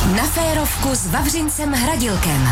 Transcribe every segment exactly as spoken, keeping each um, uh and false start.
Na férovku s Vavřincem Hradilkem.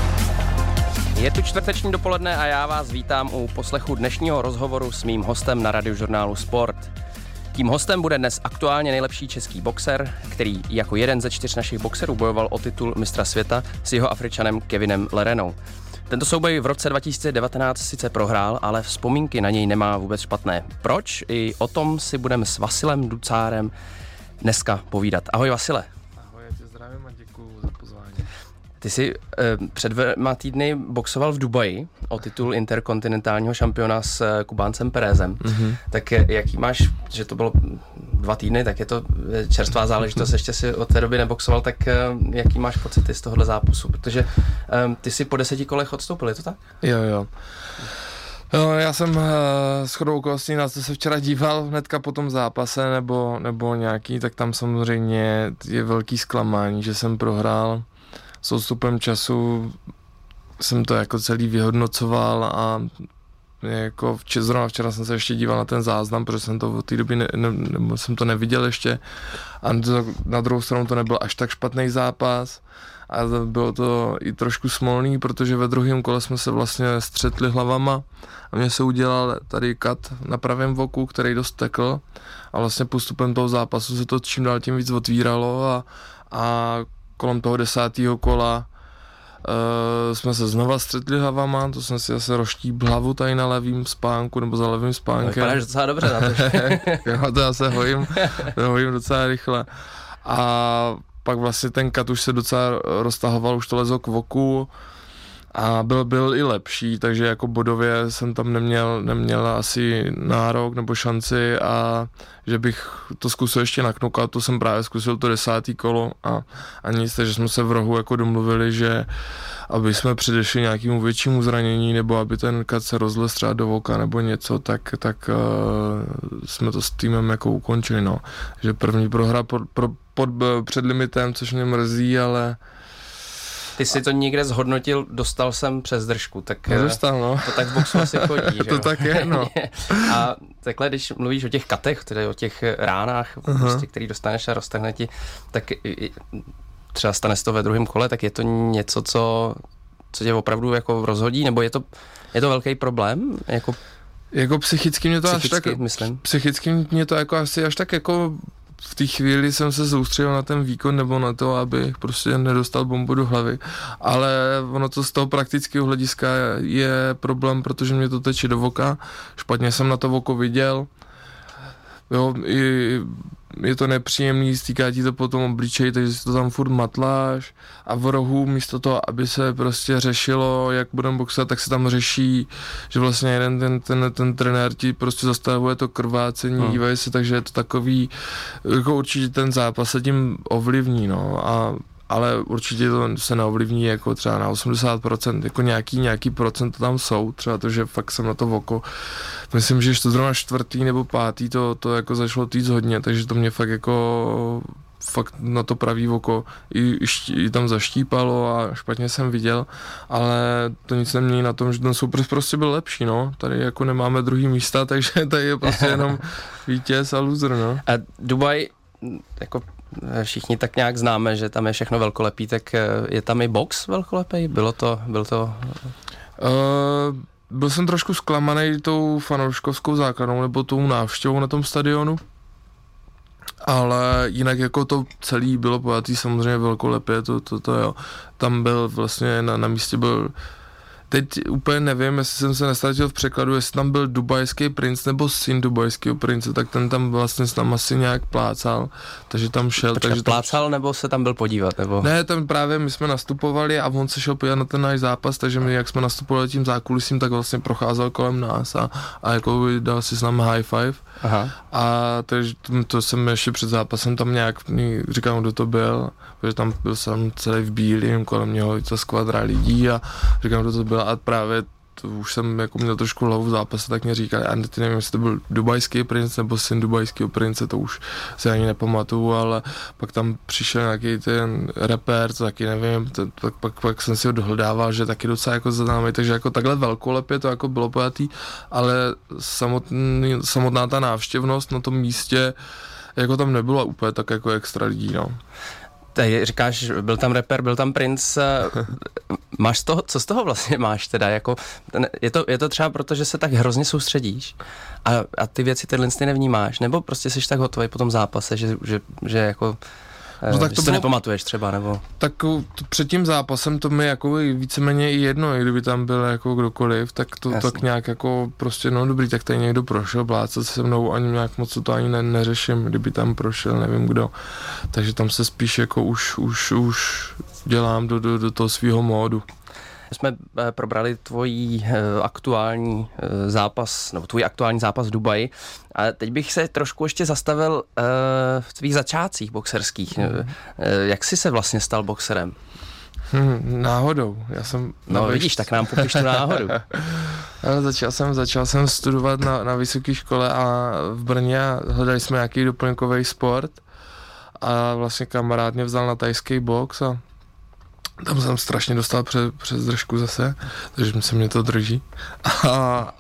Je tu čtvrteční dopoledne a já vás vítám u poslechu dnešního rozhovoru s mým hostem na Radiožurnálu Sport. Tím hostem bude dnes aktuálně nejlepší český boxer, který jako jeden ze čtyř našich boxerů bojoval o titul mistra světa s jeho Afričanem Kevinem Lerenou. Tento souboj v roce dva tisíce devatenáct sice prohrál, ale vzpomínky na něj nemá vůbec špatné. Proč? I o tom si budeme s Vasilem Ducárem dneska povídat. Ahoj Vasile. Ahoj, já tě zdravím a děkuju za pozvání. Ty jsi eh, před dvěma týdny boxoval v Dubaji o titul interkontinentálního šampiona s Kubáncem Perezem. Mm-hmm. Tak jaký máš, že to bylo dva týdny, tak je to čerstvá záležitost, ještě si od té doby neboxoval, tak eh, jaký máš pocity z tohohle zápasu? Protože eh, ty si po deseti kolech odstoupil, je to tak? Jo, jo. Jo, já jsem uh, shodou okolností, na to se včera díval hnedka po tom zápase nebo, nebo nějaký, tak tam samozřejmě je velký zklamání, že jsem prohrál. S odstupem času jsem to jako celý vyhodnocoval a jako včera, zrovna včera jsem se ještě díval na ten záznam, protože jsem to od té doby ne, ne, ne, jsem to neviděl ještě a to, na druhou stranu to nebyl až tak špatný zápas a bylo to i trošku smolný, protože ve druhém kole jsme se vlastně střetli hlavama a mě se udělal tady kat na pravém voku, který dost tekl a vlastně postupem toho zápasu se to čím dál tím víc otvíralo a, a kolem toho desátého kola uh, jsme se znova střetli hlavama, to jsem si zase roštíp hlavu tady na levým spánku nebo za levým spánkem. Vypadáš docela dobře na to. Jo, to já se hojím, hojím docela rychle. A pak vlastně ten kat už se docela roztahoval, už to lezlo k voku a byl, byl i lepší, takže jako bodově jsem tam neměl, neměl asi nárok nebo šanci a že bych to zkusil ještě na knockoutu, jsem právě zkusil to desátý kolo a, a nic, takže jsme se v rohu jako domluvili, že aby jsme předešli nějakému většímu zranění nebo aby ten kat se rozlez třeba do voka nebo něco, tak, tak uh, jsme to s týmem jako ukončili, no. Že první prohra pod, pod, pod, před limitem, což mě mrzí, ale ty jsi to někde zhodnotil, dostal jsem přes držku, tak Nedostal, no. To tak v boxu asi chodí, že to jo? tak je, no. A takhle, když mluvíš o těch katech, tedy o těch ránách, prostě, který dostaneš a roztrhne ti, tak třeba stane se to ve druhém kole, tak je to něco, co, co tě opravdu jako rozhodí, nebo je to, je to velký problém? Jako, jako psychicky mě to psychicky, až tak, myslím. Psychicky mě to jako asi až tak jako v té chvíli jsem se soustředil na ten výkon nebo na to, abych prostě nedostal bombu do hlavy, ale ono to z toho praktického hlediska je problém, protože mě to teče do voka, špatně jsem na to oko viděl, jo, i je to nepříjemný, stýká ti to potom obličej, takže si to tam furt matláš a v rohu místo toho, aby se prostě řešilo, jak budeme boxovat, tak se tam řeší, že vlastně jeden ten, ten, ten trenér ti prostě zastavuje to krvácení, hmm. dívají se, takže je to takový, jako určitě ten zápas se tím ovlivní, no, a ale určitě to se neovlivní jako třeba na osmdesát procent, jako nějaký, nějaký procent to tam jsou, třeba to, že fakt jsem na to oko, myslím, že to zrovna čtvrtý nebo pátý to, to jako začalo týct hodně, takže to mě fakt jako fakt na to pravý oko i, i tam zaštípalo a špatně jsem viděl, ale to nic nemění na tom, že ten soupeř prostě byl lepší, no, tady jako nemáme druhý místa, takže tady je prostě jenom vítěz a loser, no. A Dubaj, jako všichni tak nějak známe, že tam je všechno velkolepý, tak je tam i box velkolepý? Bylo to... Bylo to... Uh, byl jsem trošku zklamaný tou fanouškovskou základnou nebo tou návštěvou na tom stadionu, ale jinak jako to celý bylo pojatý samozřejmě velkolepě, to, to, to jo. Tam byl vlastně, na, na místě byl, teď úplně nevím, jestli jsem se nestratil v překladu, jestli tam byl dubajský princ nebo syn dubajského prince, tak ten tam vlastně s náma asi nějak plácal, takže tam šel. Počkej, takže plácal tam, nebo se tam byl podívat? Nebo? Ne, tam právě my jsme nastupovali a on se šel podívat na ten náš zápas, takže my, jak jsme nastupovali tím zákulisím, tak vlastně procházel kolem nás a, a jako dal si s námi high five. Aha. A takže to, to jsem ještě před zápasem tam nějak, říkám, kdo to byl, protože tam byl jsem celý v bílém, kolem něho to skvadra lidí a říkám, kdo to byl a právě to už jsem jako měl trošku hlavu v zápase, tak mě říkali, a ty nevím, jestli to byl dubajský princ nebo syn dubajského prince, to už se ani nepamatuju, ale pak tam přišel nějaký ten rapper, to taky nevím, to, pak, pak, pak jsem si ho dohledával, že taky docela jako známý, takže jako takhle velkolepě to jako bylo pojatý, ale samotný, samotná ta návštěvnost na tom místě jako tam nebyla úplně tak jako extra lidí, no. Tady říkáš, byl tam rapper, byl tam Prince, máš z toho, co z toho vlastně máš teda, jako, je to, je to třeba proto, že se tak hrozně soustředíš a, a ty věci tyhle ty nevnímáš, nebo prostě jsi tak hotový po tom zápase, že, že, že jako, no tak to, to nepamatuješ třeba, nebo? Tak to, před tím zápasem to mi jako víceméně i jedno, i kdyby tam byl jako kdokoliv, tak to Jasně. tak nějak jako prostě, no dobrý, tak tady někdo prošel, blácat se mnou, ani nějak moc to ani ne, neřeším, kdyby tam prošel, nevím kdo, takže tam se spíš jako už, už, už dělám do, do, do toho svého módu. Jsme probrali tvojí aktuální zápas, nebo tvůj aktuální zápas v Dubaji. A teď bych se trošku ještě zastavil v tvých začátcích boxerských. Mm. Jak jsi se vlastně stal boxerem? Hmm, náhodou. Já jsem no navíc... vidíš, tak nám popiš tu náhodu. Ale začal jsem, začal jsem studovat na, na vysoké škole a v Brně a hledali jsme nějaký doplňkový sport a vlastně kamarád mě vzal na thajský box a tam jsem strašně dostal přes, přes držku zase, takže se mě to drží. A,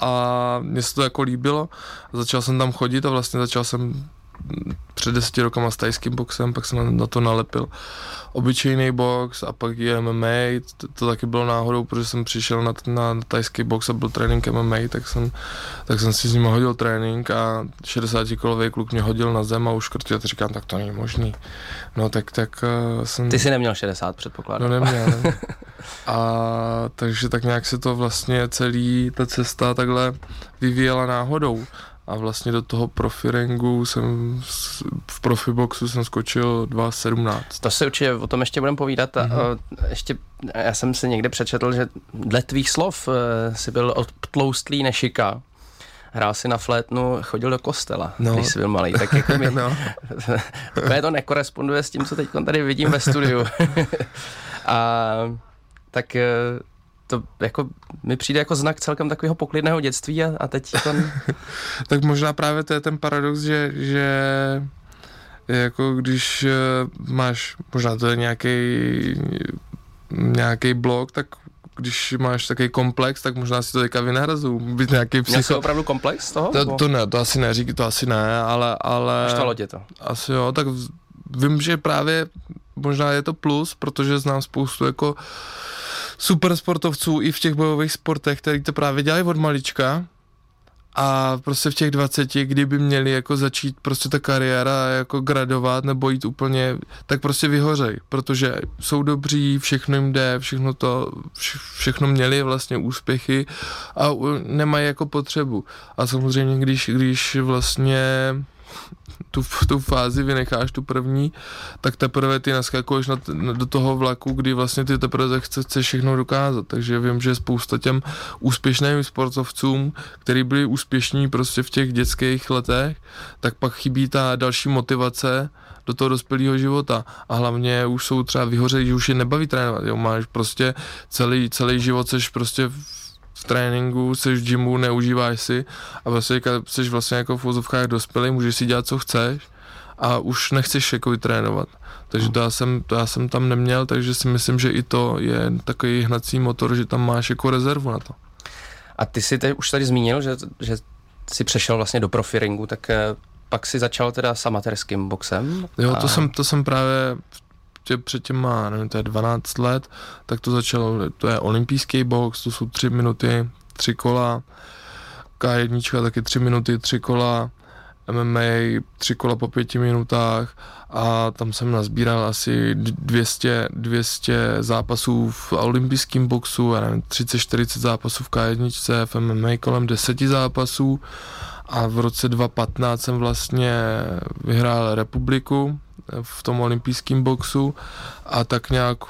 a mně se to jako líbilo. Začal jsem tam chodit a vlastně začal jsem před deseti rokama s thajským boxem, pak jsem na to nalepil obyčejný box a pak i M M A, to, to taky bylo náhodou, protože jsem přišel na, na, na thajský box a byl trénink M M A, tak jsem, tak jsem si s ním hodil trénink a šedesátikilový kluk mě hodil na zem a uškrtil a říkám, tak to není možný. No tak, tak uh, jsem... Ty jsi neměl šedesát, předpokládám. No neměl, ne. A takže tak nějak se to vlastně celý, ta cesta takhle vyvíjela náhodou. A vlastně do toho profiringu jsem, v profiboxu jsem skočil dva sedmnáct. To si určitě o tom ještě budeme povídat. Mm-hmm. A ještě, já jsem si někde přečetl, že dle tvých slov jsi byl odtloustlý nešika. Hrál si na flétnu, chodil do kostela, no. Když jsi byl malý. Tak jako mi, no. Takové to nekoresponduje s tím, co teď tady vidím ve studiu. A tak... to jako mi přijde jako znak celkem takového poklidného dětství a, a teď ten... Tak možná právě to je ten paradox, že, že jako když máš, možná to je nějaký nějaký blok, tak když máš takový komplex, tak možná si to teďka vynahrazu. Být nějaký psycho... Měl jsi opravdu komplex z toho? To, to ne, to asi neřík, to asi ne, ale... ale Štvalo tě to? Asi jo, tak vím, že právě možná je to plus, protože znám spoustu jako super sportovců i v těch bojových sportech, který to právě dělají od malička a prostě v těch dvaceti, kdyby měli jako začít prostě ta kariéra jako gradovat nebo jít úplně, tak prostě vyhořej, protože jsou dobří, všechno jim jde, všechno to, vše, všechno měli vlastně úspěchy a nemají jako potřebu. A samozřejmě, když, když vlastně tu, tu fázi vynecháš, tu první, tak teprve ty naskakuješ na, na, do toho vlaku, kdy vlastně ty teprve chceš chce všechno dokázat. Takže vím, že spousta těm úspěšným sportovcům, kteří byli úspěšní prostě v těch dětských letech, tak pak chybí ta další motivace do toho dospělého života. A hlavně už jsou třeba vyhořeli, že už je nebaví trénovat. Jo? Máš prostě celý, celý život seš prostě v tréninku, jsi v gymu, neužíváš si a vlastně jsi vlastně jako v úzovkách dospělý, můžeš si dělat, co chceš a už nechceš jako trénovat. Takže to já, jsem, to já jsem tam neměl, takže si myslím, že i to je takový hnací motor, že tam máš jako rezervu na to. A ty jsi teď už tady zmínil, že, že jsi přešel vlastně do profiringu, tak pak si začal teda s amatérským boxem? Jo, a... to, jsem, to jsem právě před těma, nevím, to je dvanáct let, tak to začalo, to je olympijský box, to jsou tři minuty, tři kola, K jedna taky tři minuty, tři kola, M M A tři kola po pěti minutách a tam jsem nazbíral asi dvě stě, dvě stě zápasů v olympijském boxu, já nevím, třicet čtyřicet zápasů v K jedna, v M M A kolem deseti zápasů a v roce dva tisíce patnáct jsem vlastně vyhrál republiku v tom olympijském boxu a tak nějak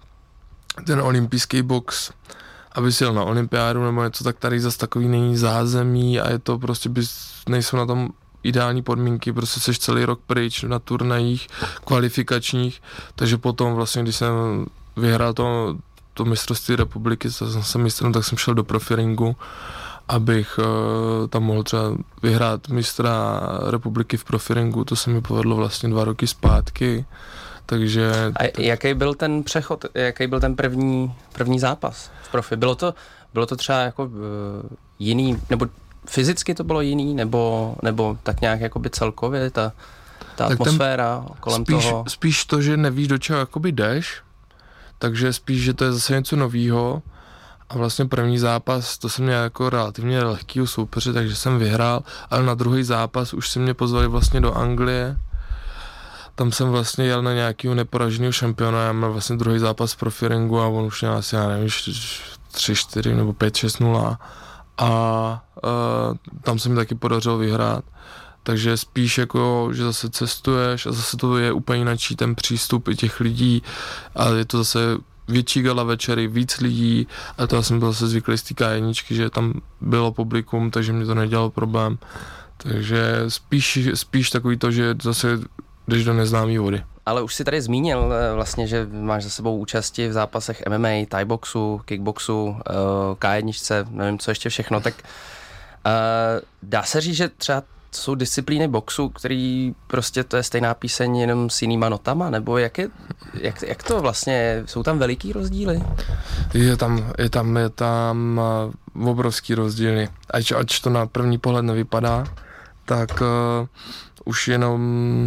ten olympijský box, aby si jel na olympiádu nebo něco, tak tady zase takový není zázemí a je to prostě, bys, nejsou na tom ideální podmínky, prostě seš celý rok pryč na turnajích kvalifikačních, takže potom vlastně, když jsem vyhrál to, to mistrovství republiky, jsem se mistrem, tak jsem šel do profiringu, abych uh, tam mohl třeba vyhrát mistra republiky v profiringu, to se mi povedlo vlastně dva roky zpátky, takže... A jaký byl ten přechod, jaký byl ten první, první zápas v profi? Bylo to, bylo to třeba jako uh, jiný, nebo fyzicky to bylo jiný, nebo, nebo tak nějak jakoby celkově ta, ta tak atmosféra kolem spíš, toho. Spíš to, že nevíš, do čeho jakoby jdeš, takže spíš, že to je zase něco novýho. A vlastně první zápas, to jsem měl jako relativně lehkýho soupeře, takže jsem vyhrál, ale na druhý zápas už si mě pozvali vlastně do Anglie. Tam jsem vlastně jel na nějakýho neporaženého šampiona, já měl vlastně druhý zápas pro Firingu a on už měl asi, já nevím, tři čtyři nebo pět šest nula a uh, tam se mi taky podařilo vyhrát. Takže spíš jako, že zase cestuješ a zase to je úplně jináčí ten přístup i těch lidí a je to zase větší gala večery, víc lidí a to já jsem byl zase zvyklý z té ká jedna, že tam bylo publikum, takže mě to nedělalo problém. Takže spíš, spíš takový to, že zase jdeš do neznámý vody. Ale už si tady zmínil vlastně, že máš za sebou účasti v zápasech em em á, thai boxu, kickboxu, ká jedna, nevím co ještě všechno, tak uh, dá se říct, že třeba jsou disciplíny boxu, který prostě to je stejná píseň jenom s jinýma notama, nebo jak, je, jak, jak to vlastně, jsou tam veliký rozdíly? Je tam, je tam, je tam uh, obrovský rozdíly. Ač, ač to na první pohled nevypadá, tak uh, už jenom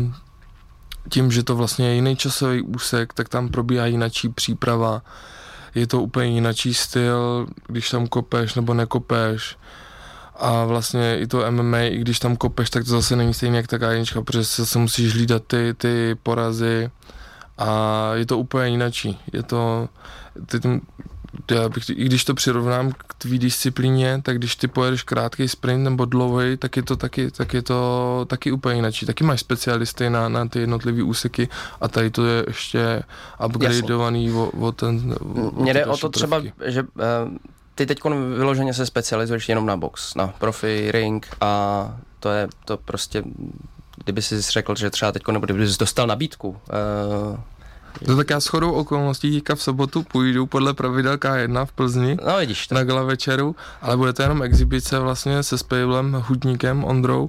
tím, že to vlastně je jiný časový úsek, tak tam probíhá jinačí příprava. Je to úplně jinačí styl, když tam kopeš nebo nekopeš. A vlastně i to em em á, i když tam kopeš, tak to zase není stejně jak ta ká jedna, protože se, se musíš hlídat ty, ty porazy a je to úplně jinačí. Je to, ty, já bych, i když to přirovnám k tvý disciplíně, tak když ty pojedeš krátký sprint nebo dlouhý, tak je to taky, tak je to taky úplně jinačí. Taky máš specialisty na, na ty jednotlivé úseky a tady to je ještě upgradeovaný o, o ten... Mně jde o to třeba, že... Uh... Ty teď vyloženě se specializuješ jenom na box, na profi, ring a to je to prostě, kdyby si řekl, že třeba teď nebo kdyby jsi dostal nabídku. Uh, to tak já shodou okolností díka v sobotu půjdu podle pravidel ká jedna v Plzni no, vidíš to. Na gala večeru, ale bude to jenom exibice vlastně se Spejblem, Hudníkem, Ondrou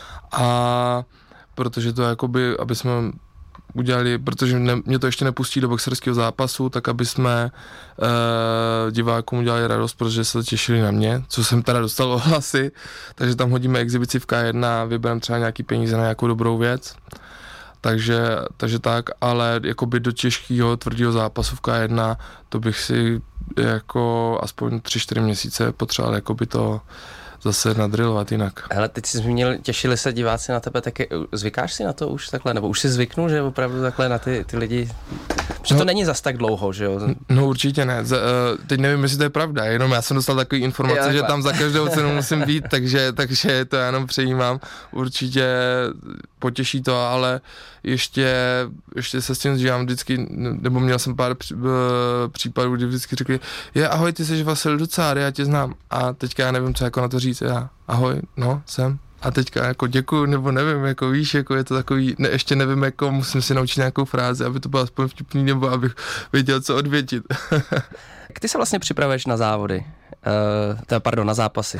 a protože to jakoby, aby jsme udělali, protože ne, mě to ještě nepustí do boxerského zápasu, tak aby jsme e, divákům udělali radost, protože se těšili na mě, co jsem teda dostal ohlasy, takže tam hodíme exibici v ká jedna a vybereme třeba nějaký peníze na nějakou dobrou věc. Takže, takže tak, ale jakoby do těžkého, tvrdého zápasu v ká jedna, to bych si jako aspoň tři čtyři měsíce potřeboval jakoby to zase nadrilovat jinak. Hele, teď jsi zmínil, těšili se diváci na tebe, taky zvykáš si na to už takhle, nebo už si zvyknul, že opravdu takhle na ty, ty lidi, že no, to není zas tak dlouho, že jo? No určitě ne, Z, uh, teď nevím, jestli to je pravda, jenom já jsem dostal takový informace, že tam za každou cenu musím být, takže, takže to já jenom přejímám, určitě potěší to, ale ještě, ještě se s tím zžívám vždycky, nebo měl jsem pár případů, kdy vždycky řekli, je ahoj, ty jsi Vasil Ducár, já tě znám a teďka já nevím, co jako na to říct, já ahoj, no, jsem. A teďka jako děkuju, nebo nevím, jako víš, jako je to takový, ne, ještě nevím, jako musím si naučit nějakou frázi, aby to bylo aspoň vtipný, nebo abych věděl, co odvětit. Jak ty se vlastně připravuješ na závody? Uh, teda, pardon, na zápasy.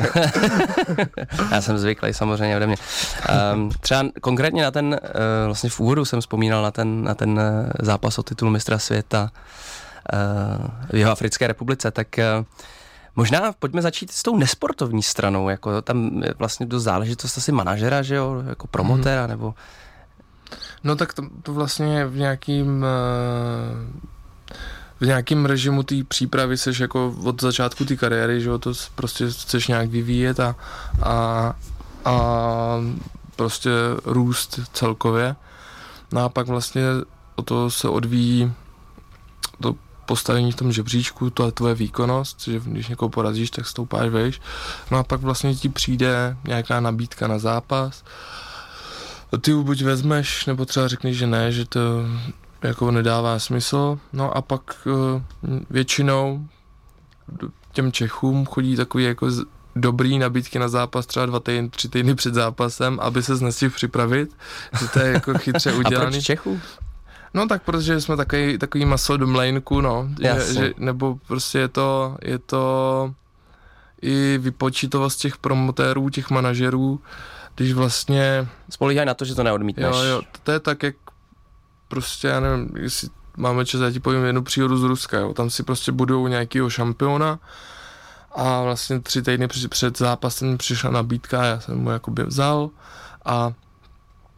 Já jsem zvyklý samozřejmě ode mě. Um, třeba konkrétně na ten, uh, vlastně v úvodu jsem vzpomínal na ten, na ten uh, zápas o titul mistra světa uh, v Jihoafrické republice, tak uh, možná pojďme začít s tou nesportovní stranou, jako tam je vlastně do záležitost asi manažera, že jo, jako promotéra, hmm. nebo... No tak to, to vlastně je v nějakým... Uh... v nějakém režimu té přípravy seš jako od začátku té kariéry, že jo, to prostě chceš nějak vyvíjet a, a, a prostě růst celkově. No a pak vlastně o to se odvíjí to postavení v tom žebříčku, to je tvoje výkonnost, že když někoho porazíš, tak stoupáš vejš. No a pak vlastně ti přijde nějaká nabídka na zápas. Ty ji buď vezmeš, nebo třeba řekneš, že ne, že to jako nedává smysl. No a pak uh, většinou těm Čechům chodí takový jako z, dobrý nabídky na zápas třeba dva týdny, tři týdny před zápasem, aby se nestihl připravit, že to je jako chytře udělaný. A proč Čechů? No tak protože jsme takový, takový maso do mlejnku, no, že, že, nebo prostě je to, je to i vypočítovost těch promotérů, těch manažerů, když vlastně... Spolíhají na to, že to neodmítneš. Jo, jo, to je tak, jak prostě, já nevím, jestli máme čas, já ti povím jednu příhodu z Ruska, jo. Tam si prostě budou nějakýho šampiona a vlastně tři týdny před, před zápasem přišla nabídka, já jsem mu jakoby vzal a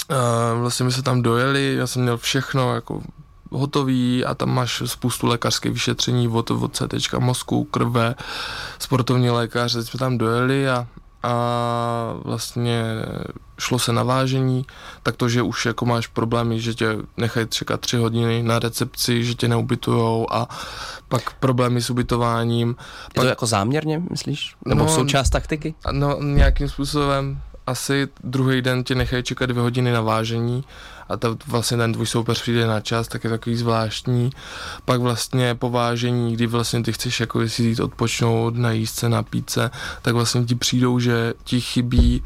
Uh, vlastně my se tam dojeli, já jsem měl všechno jako hotový a tam máš spoustu lékařských vyšetření od, od C T mozku, krve, sportovní lékař, teď jsme tam dojeli a, a vlastně šlo se na vážení, tak to, že už jako máš problémy, že tě nechají čekat tři hodiny na recepci, že tě neubytujou a pak problémy s ubytováním. Je pak, to jako záměrně, myslíš? Nebo no, součást taktiky? No, nějakým způsobem. Asi druhý den tě nechají čekat dvě hodiny na vážení a ta, vlastně ten tvůj soupeř přijde na čas, tak je takový zvláštní. Pak vlastně po vážení, kdy vlastně ty chceš jako si jít odpočnout, najíst se, napít se, tak vlastně ti přijdou, že ti chybí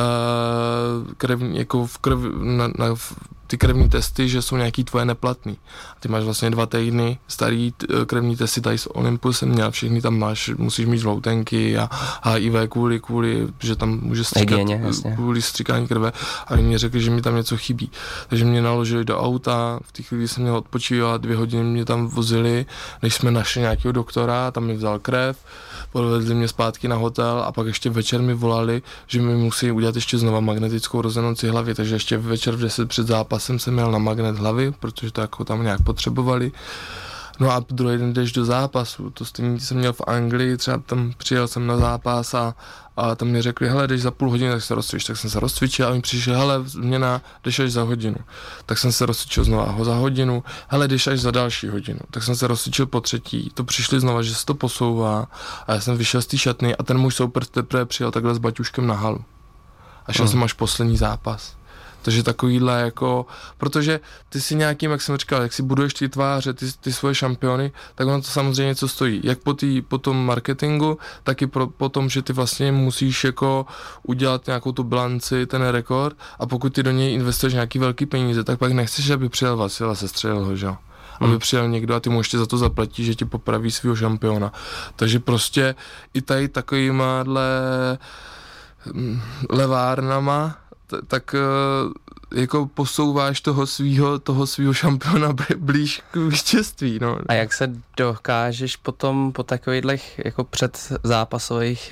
uh, krev, jako v krv, na, na, v, ty krevní testy, že jsou nějaký tvoje neplatný. A ty máš vlastně dva týdny starý krevní testy tady s Olympus jsem měl, všechny tam máš, musíš mít žloutenky a H I V kvůli, kvůli, že tam může stříkat, kvůli stříkání krve a oni mi řekli, že mi tam něco chybí. Takže mě naložili do auta, v té chvíli jsem měl odpočívat, dvě hodiny mě tam vozili, než jsme našli nějakého doktora, tam mi vzal krev, podvedli mě zpátky na hotel a pak ještě večer mi volali, že mi musí udělat ještě znova magnetickou rezonanci hlavy, takže ještě večer v deset před zápasem jsem měl na magnet hlavy, protože to jako tam nějak potřebovali. No a druhý den jdeš do zápasu, to stejně jsem měl v Anglii, třeba tam přijel jsem na zápas a, a tam mi řekli, hele, jdeš za půl hodiny, tak se rozcvič, tak jsem se rozcvičil a mi přišel, hele, změna, jdeš až za hodinu, tak jsem se rozcvičil znova ho za hodinu, hele, jdeš až za další hodinu, tak jsem se rozcvičil po třetí, to přišli znova, že se to posouvá a já jsem vyšel z té šatny a ten můj soupeř teprve přijel takhle s baťuškem na halu a šel mm. jsem až poslední zápas. Takže takovýhle jako, protože ty si nějakým, jak jsem říkal, jak si buduješ ty tváře, ty, ty svoje šampiony, tak ono to samozřejmě něco stojí. Jak po, tý, po tom marketingu, tak i pro, po tom, že ty vlastně musíš jako udělat nějakou tu bilanci, ten rekord a pokud ty do něj investuješ nějaký velký peníze, tak pak nechceš, aby přijel Vasil a sestřelil ho, že jo. Aby hmm. přijel někdo a ty mu ještě za to zaplatí, že ti popraví svého šampiona. Takže prostě i tady takovýmahle levárnama tak jako posouváš toho svýho, toho svýho šampiona blíž k vítězství, no. A jak se dokážeš potom po takových jako předzápasových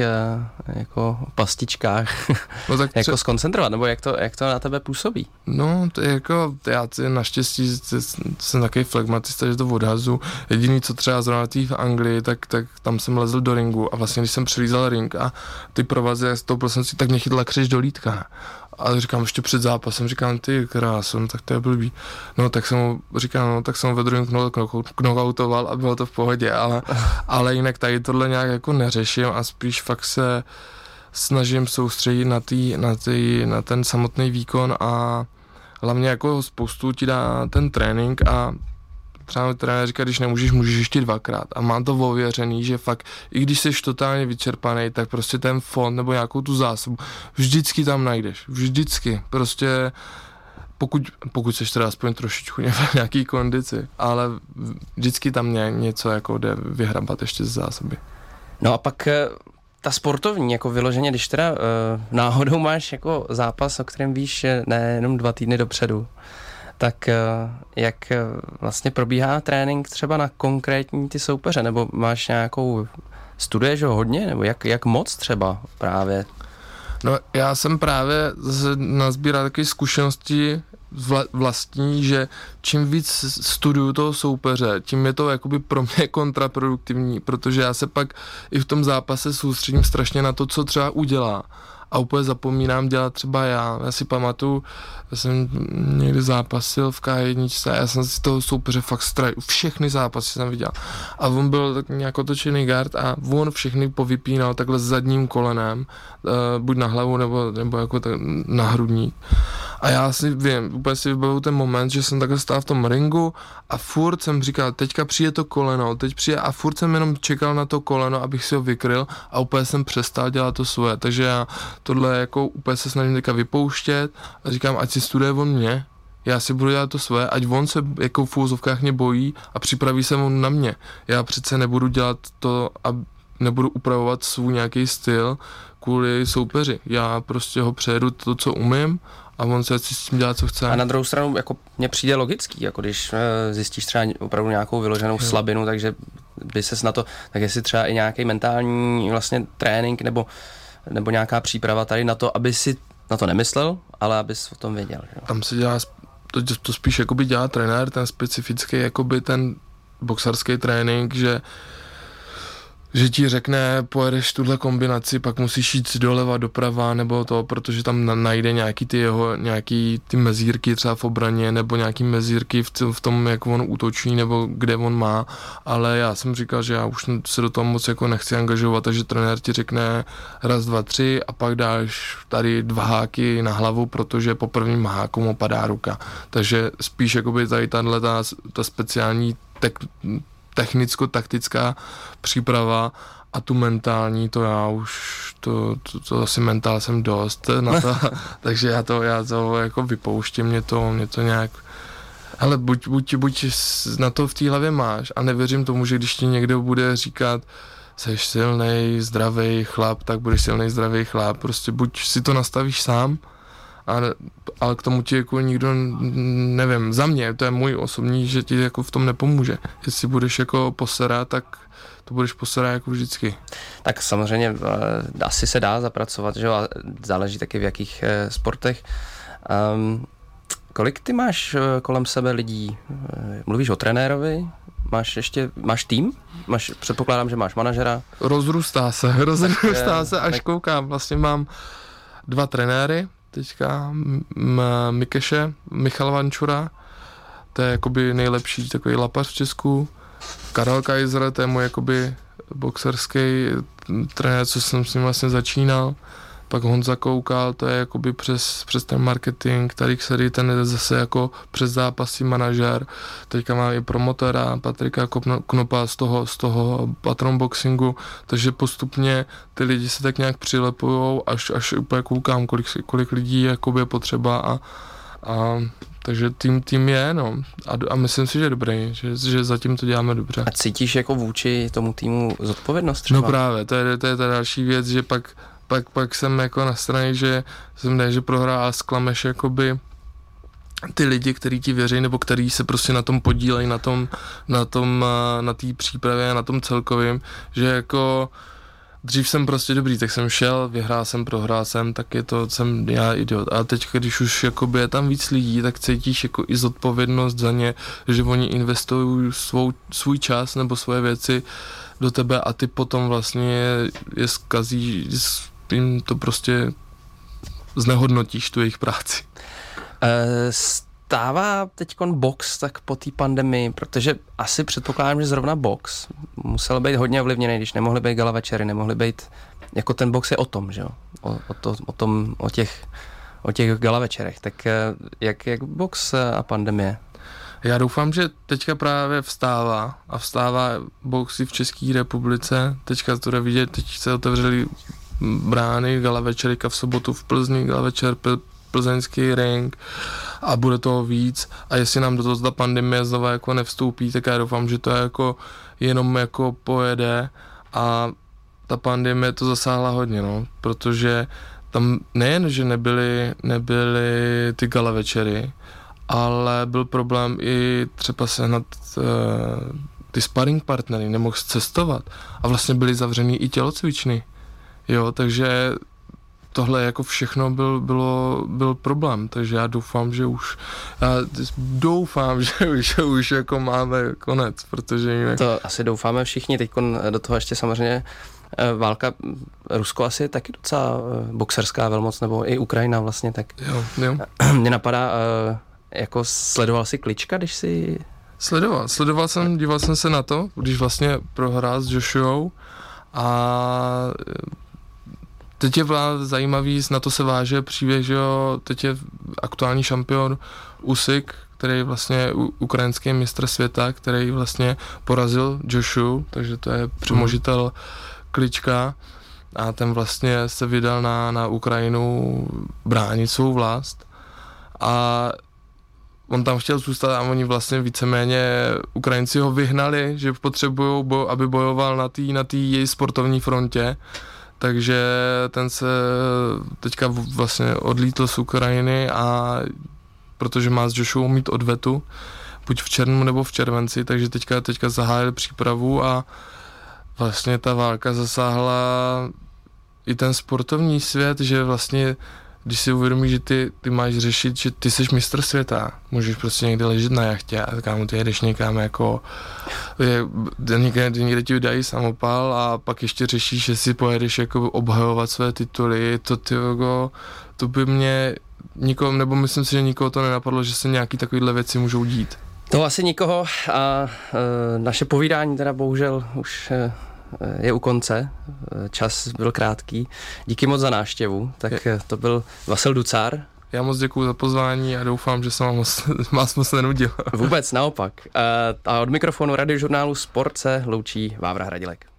jako pastičkách no tak jako tře- skoncentrovat, nebo jak to, jak to na tebe působí? No, to je jako, já naštěstí jsem takový flegmatista, že to odhazu. Jediný, co třeba zrovna tý v Anglii, tak, tak tam jsem lezl do ringu a vlastně, když jsem přilízal ring a ty provazy, jak stoupil jsem si, tak mě chytla křeč do lítka. A říkám ještě před zápasem, říkám, ty krásu, no tak to je blbý. No tak jsem mu, říkám, no tak jsem mu ve druhém knockoutoval a bylo to v pohodě, ale, ale jinak tady tohle nějak jako neřeším a spíš fakt se snažím soustředit na, tý, na, tý, na ten samotný výkon a hlavně jako spoustu ti dá ten trénink a třeba trenér říká, když nemůžeš, můžeš ještě dvakrát. A mám to ověřený, že fakt, i když jsi totálně vyčerpaný, tak prostě ten fond nebo nějakou tu zásobu vždycky tam najdeš. Vždycky. Prostě pokud, pokud seš teda aspoň trošičku v nějaký kondici, ale vždycky tam ně, něco jako jde vyhrabat ještě z zásoby. No a pak ta sportovní, jako vyloženě, když teda uh, náhodou máš jako zápas, o kterém víš nejenom dva týdny dopředu, tak jak vlastně probíhá trénink třeba na konkrétní ty soupeře, nebo máš nějakou, studuješ ho hodně, nebo jak, jak moc třeba právě? No já jsem právě zase nazbíral takové zkušenosti vla, vlastní, že čím víc studuju toho soupeře, tím je to jakoby pro mě kontraproduktivní, protože já se pak i v tom zápase soustředím strašně na to, co třeba udělá. A úplně zapomínám dělat třeba já. Já si pamatuju, já jsem někdy zápasil v K jedna a já jsem si toho soupeře fakt strajil. Všechny zápasy jsem viděl. A on byl tak nějak otočený guard a on všechny povypínal takhle s zadním kolenem, uh, buď na hlavu nebo, nebo jako tak na hrudník. A já si vím, úplně si vybavuju ten moment, že jsem takhle stál v tom ringu a furt jsem říkal, teďka přijde to koleno, teď přijde a furt jsem jenom čekal na to koleno, abych si ho vykryl a úplně jsem přestal dělat to svoje. Takže já tohle jako úplně se snažím teďka vypouštět a říkám, ať si studuje on mě, já si budu dělat to svoje, ať on se jako v úzovkách mě bojí a připraví se on na mě. Já přece nebudu dělat to a nebudu upravovat svůj nějaký styl kvůli soupeři. Já prostě ho přejedu to, co umím a on se si s tím dělá, co chce. A na druhou stranu jako mně přijde logický, jako když e, zjistíš třeba opravdu nějakou vyloženou jo. slabinu, takže by ses na to, tak jestli třeba i nějaký mentální vlastně trénink nebo, nebo nějaká příprava tady na to, aby si na to nemyslel, ale abys o tom věděl. Že? Tam se dělá, to, to spíš jakoby dělá trenér, ten specifický, jakoby ten boxerský trénink, že že ti řekne, pojedeš tuhle kombinaci, pak musíš jít doleva, doprava, nebo to, protože tam na, najde nějaký ty jeho, nějaký ty mezírky třeba v obraně, nebo nějaký mezírky v, v tom, jak on útočí, nebo kde on má, ale já jsem říkal, že já už se do toho moc jako nechci angažovat, takže trenér ti řekne raz, dva, tři a pak dáš tady dva háky na hlavu, protože po prvním háku mu padá ruka. Takže spíš jakoby tady tahle ta, ta speciální tek, technicko-taktická příprava a tu mentální, to já už, to, to, to asi mentál jsem dost na to, takže já to, já to jako vypouštím, mě to, mě to nějak, hele, buď, buď, buď na to v té hlavě máš a nevěřím tomu, že když ti někdo bude říkat, seš silnej, zdravý chlap, tak budeš silnej, zdravý chlap, prostě buď si to nastavíš sám, ale, ale k tomu ti jako nikdo, nevím, za mě, to je můj osobní, že ti jako v tom nepomůže. Jestli budeš jako poserat, tak to budeš poserat jako vždycky. Tak samozřejmě asi se dá zapracovat, že jo, a záleží taky v jakých eh, sportech. Um, kolik ty máš kolem sebe lidí? Mluvíš o trenérovi? Máš ještě, máš tým? Máš, předpokládám, že máš manažera? Rozrůstá se, rozrůstá tak, se, až tak koukám. Vlastně mám dva trenéry, teďka M- Mikeše, Michal Vančura, to je jakoby nejlepší takový lapař v Česku. Karel Kaiser, to je můj jakoby boxerský trenér, co jsem s ním vlastně začínal. Pak Honza Koukal, to je jakoby přes, přes ten marketing, Tarik Seri, ten je zase jako přes zápasy manažer. Teďka mám i promotora Patrika Knopa z toho, z toho Patron Boxingu, takže postupně ty lidi se tak nějak přilepujou, až, až úplně koukám, kolik, kolik lidí jakoby je potřeba a, a takže tým, tým je, no. A, a myslím si, že je dobrý, že, že zatím to děláme dobře. A cítíš jako vůči tomu týmu zodpovědnost třeba? No právě, to je, to je ta další věc, že pak Pak, pak jsem jako na straně, že jsem ne, že prohrál a zklameš jakoby ty lidi, kteří ti věří, nebo kteří se prostě na tom podílejí, na tom, na tom, na té přípravě, na tom celkovým, že jako dřív jsem prostě dobrý, tak jsem šel, vyhrál jsem, prohrál jsem, tak je to, jsem já idiot. A teď, když už jakoby je tam víc lidí, tak cítíš jako i zodpovědnost za ně, že oni investují svou, svůj čas nebo svoje věci do tebe a ty potom vlastně je zkazí, jim to prostě znehodnotíš, tu jejich práci. Stává teďkon box tak po té pandemii, protože asi předpokládám, že zrovna box musel být hodně ovlivněný, když nemohly být gala večery, nemohly být, jako ten box je o tom, že jo, o, o, to, o tom, o těch, o těch gala večerech, tak jak, jak box a pandemie? Já doufám, že teďka právě vstává a vstává boxy v České republice, teďka to jde vidět, teď se otevřeli brány, gala večerika v sobotu v Plzni, gala večer, plzeňský ring a bude toho víc a jestli nám do toho ta pandemie znova jako nevstoupí, tak já doufám, že to je jako jenom jako pojede a ta pandemie to zasáhla hodně, no, protože tam nejen, že nebyly, nebyly ty gala večery, ale byl problém i třeba sehnat uh, ty sparring partnery, nemohl cestovat a vlastně byly zavřený i tělocvičny. Jo, takže tohle jako všechno byl, bylo, byl problém, takže já doufám, že už já doufám, že už, že už jako máme konec, protože jinak... To asi doufáme všichni, teď do toho ještě samozřejmě válka, Rusko asi je taky docela boxerská velmoc, nebo i Ukrajina vlastně, tak jo, jo. Mě napadá, jako sledoval jsi Klička, když si... Sledoval, sledoval jsem, díval jsem se na to, když vlastně prohrál s Joshuou a teď je zajímavý, na to se váže příběh, že jo, teď je aktuální šampion Usyk, který vlastně je ukrajinský mistr světa, který vlastně porazil Joshu, takže to je přemožitel Klička a ten vlastně se vydal na, na Ukrajinu bránit svou vlast a on tam chtěl zůstat a oni vlastně víceméně Ukrajinci ho vyhnali, že potřebují, bo, aby bojoval na té na té její sportovní frontě. Takže ten se teďka vlastně odlítl z Ukrajiny a protože má s Joshua mít odvetu, buď v červnu nebo v červenci, takže teďka, teďka zahájil přípravu a vlastně ta válka zasáhla i ten sportovní svět, že vlastně když si uvědomíš, že ty, ty máš řešit, že ty jsi mistr světa, můžeš prostě někde ležet na jachtě a kámo, ty jedeš někam jako, je, někde, někde ti dají samopal a pak ještě řešíš, že si pojedeš jako obhajovat své tituly, to ty jako, to by mě nikoho, nebo myslím si, že nikoho to nenapadlo, že se nějaký takovýhle věci můžou dít. To asi nikoho a e, naše povídání teda bohužel už e, je u konce, čas byl krátký. Díky moc za návštěvu, tak to byl Vasil Ducar. Já moc děkuju za pozvání a doufám, že jsem vám moc, vás moc nenudil. Vůbec naopak. A od mikrofonu radiožurnálu Sport se loučí Vávra Hradilek.